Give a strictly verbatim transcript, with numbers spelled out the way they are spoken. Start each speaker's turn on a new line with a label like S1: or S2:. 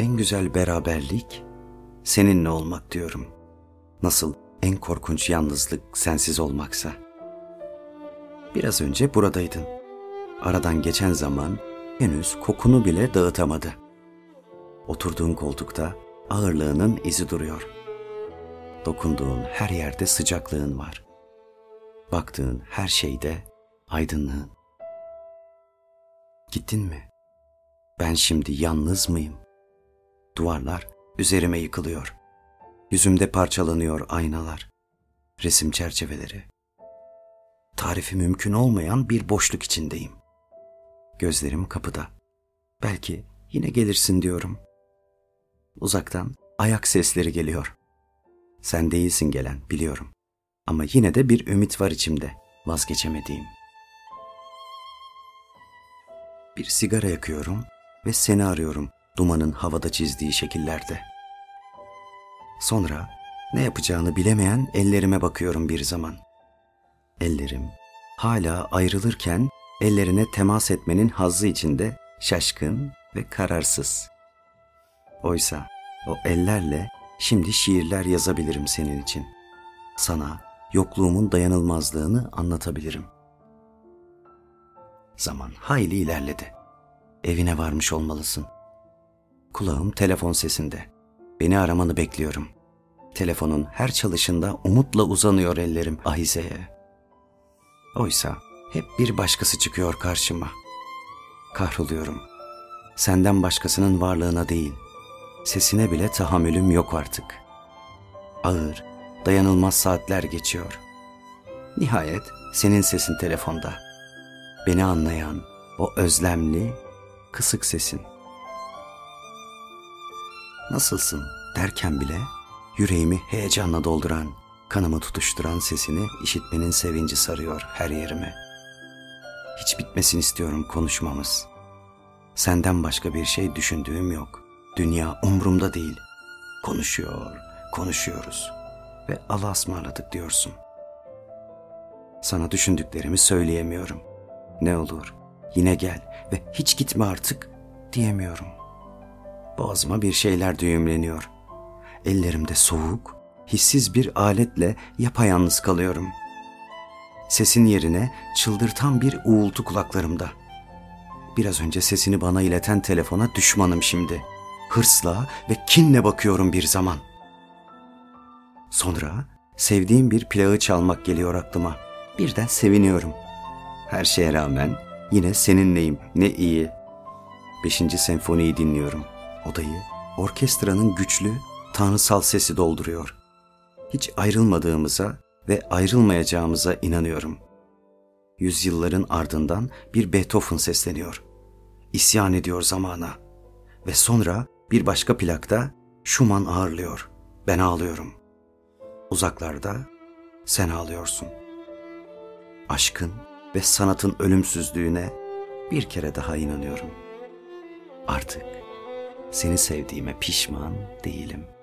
S1: en güzel beraberlik seninle olmak diyorum. Nasıl en korkunç yalnızlık sensiz olmaksa. Biraz önce buradaydın. Aradan geçen zaman henüz kokunu bile dağıtamadı. Oturduğun koltukta ağırlığının izi duruyor. Dokunduğun her yerde sıcaklığın var. Baktığın her şeyde aydınlığın. Gittin mi? Ben şimdi yalnız mıyım? Duvarlar üzerime yıkılıyor. Yüzümde parçalanıyor aynalar, resim çerçeveleri. Tarifi mümkün olmayan bir boşluk içindeyim. Gözlerim kapıda. Belki yine gelirsin diyorum. Uzaktan ayak sesleri geliyor. Sen değilsin gelen, biliyorum. Ama yine de bir ümit var içimde, vazgeçemediğim. Bir sigara yakıyorum ve seni arıyorum dumanın havada çizdiği şekillerde. Sonra ne yapacağını bilemeyen ellerime bakıyorum bir zaman. Ellerim hala ayrılırken ellerine temas etmenin hazzı içinde şaşkın ve kararsız. Oysa o ellerle şimdi şiirler yazabilirim senin için. Sana yokluğumun dayanılmazlığını anlatabilirim. Zaman hayli ilerledi. Evine varmış olmalısın. Kulağım telefon sesinde. Beni aramanı bekliyorum. Telefonun her çalışında umutla uzanıyor ellerim ahizeye. Oysa hep bir başkası çıkıyor karşıma. Kahroluyorum. Senden başkasının varlığına değil, sesine bile tahammülüm yok artık. Ağır, dayanılmaz saatler geçiyor. Nihayet senin sesin telefonda. Beni anlayan o özlemli, kısık sesin. Nasılsın derken bile yüreğimi heyecanla dolduran, kanımı tutuşturan sesini işitmenin sevinci sarıyor her yerime. Hiç bitmesin istiyorum konuşmamız. Senden başka bir şey düşündüğüm yok. Dünya umurumda değil. Konuşuyor, konuşuyoruz ve Allah'a ısmarladık diyorsun. Sana düşündüklerimi söyleyemiyorum. Ne olur yine gel ve hiç gitme artık diyemiyorum. Boğazıma bir şeyler düğümleniyor. Ellerimde soğuk, hissiz bir aletle yapayalnız kalıyorum. Sesin yerine çıldırtan bir uğultu kulaklarımda. Biraz önce sesini bana ileten telefona düşmanım şimdi. Hırsla ve kinle bakıyorum bir zaman. Sonra sevdiğim bir plağı çalmak geliyor aklıma. Birden seviniyorum. Her şeye rağmen yine seninleyim, ne iyi. Beşinci senfoniyi dinliyorum. Odayı orkestranın güçlü, tanrısal sesi dolduruyor. Hiç ayrılmadığımıza ve ayrılmayacağımıza inanıyorum. Yüzyılların ardından bir Beethoven sesleniyor. İsyan ediyor zamana. Ve sonra bir başka plakta Schumann ağırlıyor. Ben ağlıyorum. Uzaklarda sen ağlıyorsun. Aşkın ve sanatın ölümsüzlüğüne bir kere daha inanıyorum. Artık seni sevdiğime pişman değilim.